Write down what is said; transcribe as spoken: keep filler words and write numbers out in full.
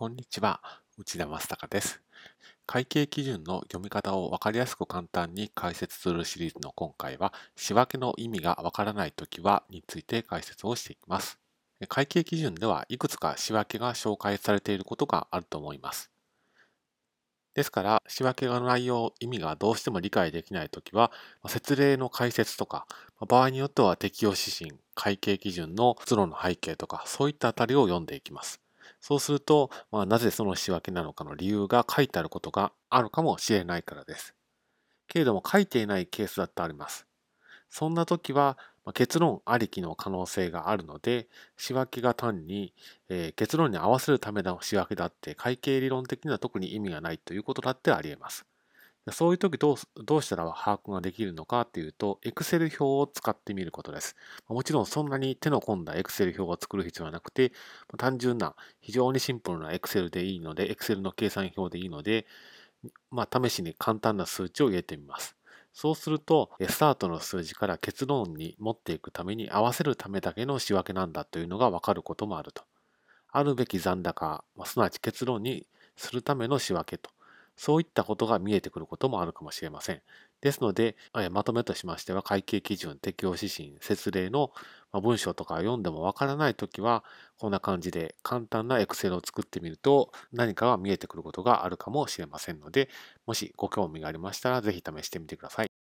こんにちは、内田正孝です。会計基準の読み方を分かりやすく簡単に解説するシリーズの今回は、仕分けの意味がわからないときはについて解説をしていきます。会計基準ではいくつか仕分けが紹介されていることがあると思います。ですから、仕分けの内容、意味がどうしても理解できないときは、説例の解説とか、場合によっては適用指針、会計基準の結論の背景とか、そういったあたりを読んでいきます。そうすると、まあ、なぜその仕分けなのかの理由が書いてあることがあるかもしれないからです。けれども書いていないケースだってあります。そんな時は、まあ結論ありきの可能性があるので、仕分けが単に、えー結論に合わせるための仕分けだって、会計理論的には特に意味がないということだってあり得ます。そういう時どうすどうしたら把握ができるのかっていうと、Excel 表を使ってみることです。もちろんそんなに手の込んだ Excel 表を作る必要はなくて、単純な非常にシンプルな Excel でいいので、Excel の計算表でいいので、まあ、試しに簡単な数値を入れてみます。そうすると、スタートの数字から結論に持っていくために合わせるためだけの仕分けなんだというのがわかることもあると。あるべき残高、すなわち結論にするための仕分けと。そういったことが見えてくることもあるかもしれません。ですので、まとめとしましては、会計基準、適用指針、説例の文章とか読んでもわからないときは、こんな感じで簡単な Excel を作ってみると、何かが見えてくることがあるかもしれませんので、もしご興味がありましたら、ぜひ試してみてください。